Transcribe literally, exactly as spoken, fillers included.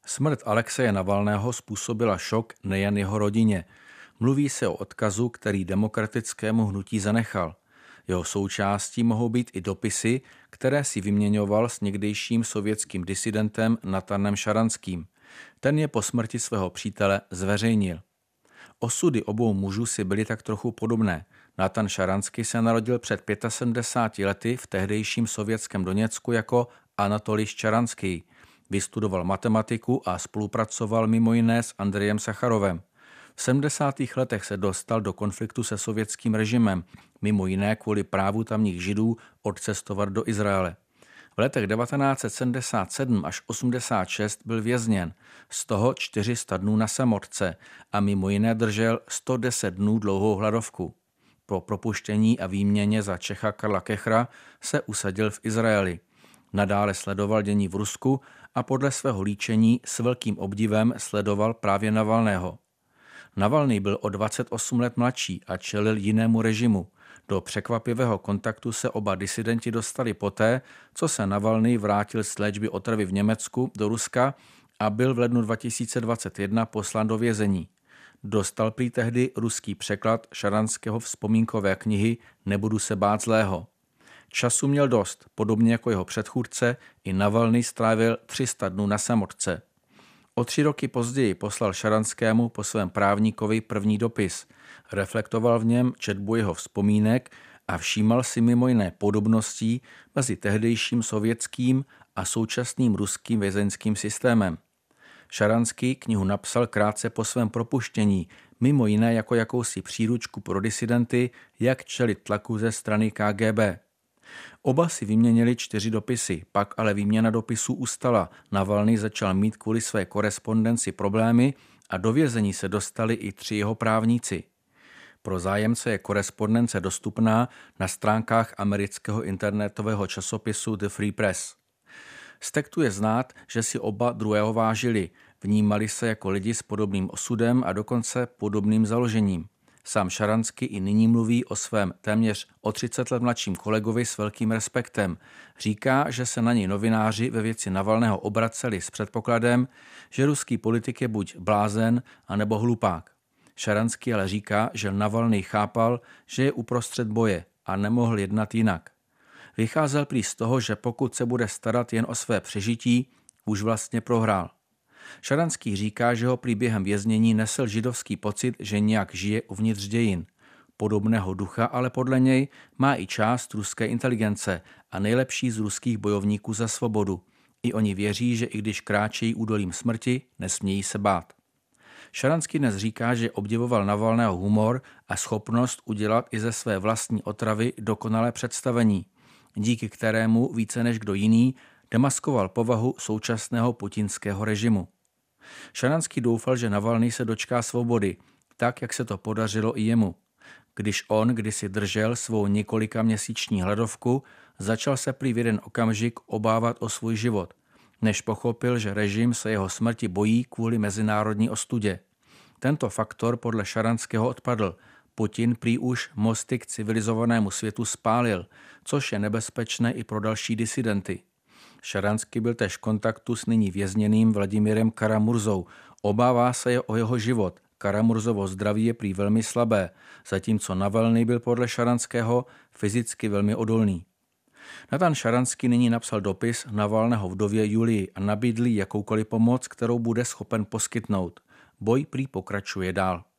Smrt Alexeje Navalného způsobila šok nejen jeho rodině. Mluví se o odkazu, který demokratickému hnutí zanechal. Jeho součástí mohou být i dopisy, které si vyměňoval s někdejším sovětským disidentem Natanem Šaranským. Ten je po smrti svého přítele zveřejnil. Osudy obou mužů si byly tak trochu podobné. Natan Šaranský se narodil před sedmdesáti pěti lety v tehdejším sovětském Doněcku jako Anatolij Šaranský. Vystudoval matematiku a spolupracoval mimo jiné s Andrejem Sacharovem. V sedmdesátých letech se dostal do konfliktu se sovětským režimem, mimo jiné kvůli právu tamních Židů odcestovat do Izraele. V letech devatenáct set sedmdesát sedm až osmdesát šest byl vězněn, z toho čtyři sta dnů na samotce a mimo jiné držel sto deset dnů dlouhou hladovku. Po propuštění a výměně za Čecha Karla Kechra se usadil v Izraeli. Nadále sledoval dění v Rusku a podle svého líčení s velkým obdivem sledoval právě Navalného. Navalný byl o dvacet osm let mladší a čelil jinému režimu. Do překvapivého kontaktu se oba disidenti dostali poté, co se Navalný vrátil z léčby otravy v Německu do Ruska a byl v lednu dva tisíce dvacet jedna poslán do vězení. Dostal prý tehdy ruský překlad Šaranského vzpomínkové knihy Nebudu se bát zlého. Času měl dost, podobně jako jeho předchůdce, i Navalný strávil tři sta dnů na samotce. O tři roky později poslal Šaranskému po svém právníkovi první dopis. Reflektoval v něm četbu jeho vzpomínek a všímal si mimo jiné podobností mezi tehdejším sovětským a současným ruským vězeňským systémem. Šaranský knihu napsal krátce po svém propuštění, mimo jiné jako jakousi příručku pro disidenty, jak čelit tlaku ze strany K G B. Oba si vyměnili čtyři dopisy, pak ale výměna dopisů ustala. Navalný začal mít kvůli své korespondenci problémy a do vězení se dostali i tři jeho právníci. Pro zájemce je korespondence dostupná na stránkách amerického internetového časopisu The Free Press. Z textu je znát, že si oba druhého vážili, vnímali se jako lidi s podobným osudem a dokonce podobným založením. Sám Šaranský i nyní mluví o svém téměř o třicet let mladším kolegovi s velkým respektem. Říká, že se na něj novináři ve věci Navalného obraceli s předpokladem, že ruský politik je buď blázen, anebo hlupák. Šaranský ale říká, že Navalný chápal, že je uprostřed boje a nemohl jednat jinak. Vycházel prý z toho, že pokud se bude starat jen o své přežití, už vlastně prohrál. Šaranský říká, že ho prý během věznění nesl židovský pocit, že nějak žije uvnitř dějin. Podobného ducha ale podle něj má i část ruské inteligence a nejlepší z ruských bojovníků za svobodu. I oni věří, že i když kráčejí údolím smrti, nesmějí se bát. Šaranský dnes říká, že obdivoval Navalného humor a schopnost udělat i ze své vlastní otravy dokonalé představení, díky kterému více než kdo jiný demaskoval povahu současného putinského režimu. Šaranský doufal, že Navalný se dočká svobody, tak, jak se to podařilo i jemu. Když on kdysi držel svou několika měsíční hladovku, začal se prý v jeden okamžik obávat o svůj život, než pochopil, že režim se jeho smrti bojí kvůli mezinárodní ostudě. Tento faktor podle Šaranského odpadl. Putin prý už mosty k civilizovanému světu spálil, což je nebezpečné i pro další disidenty. Šaranský byl též v kontaktu s nyní vězněným Vladimirem Kara-Murzou. Obává se je o jeho život. Kara-Murzovo zdraví je prý velmi slabé, zatímco Navalný byl podle Šaranského fyzicky velmi odolný. Natan Šaranský nyní napsal dopis Navalného vdově Julii a nabídl jakoukoliv pomoc, kterou bude schopen poskytnout. Boj prý pokračuje dál.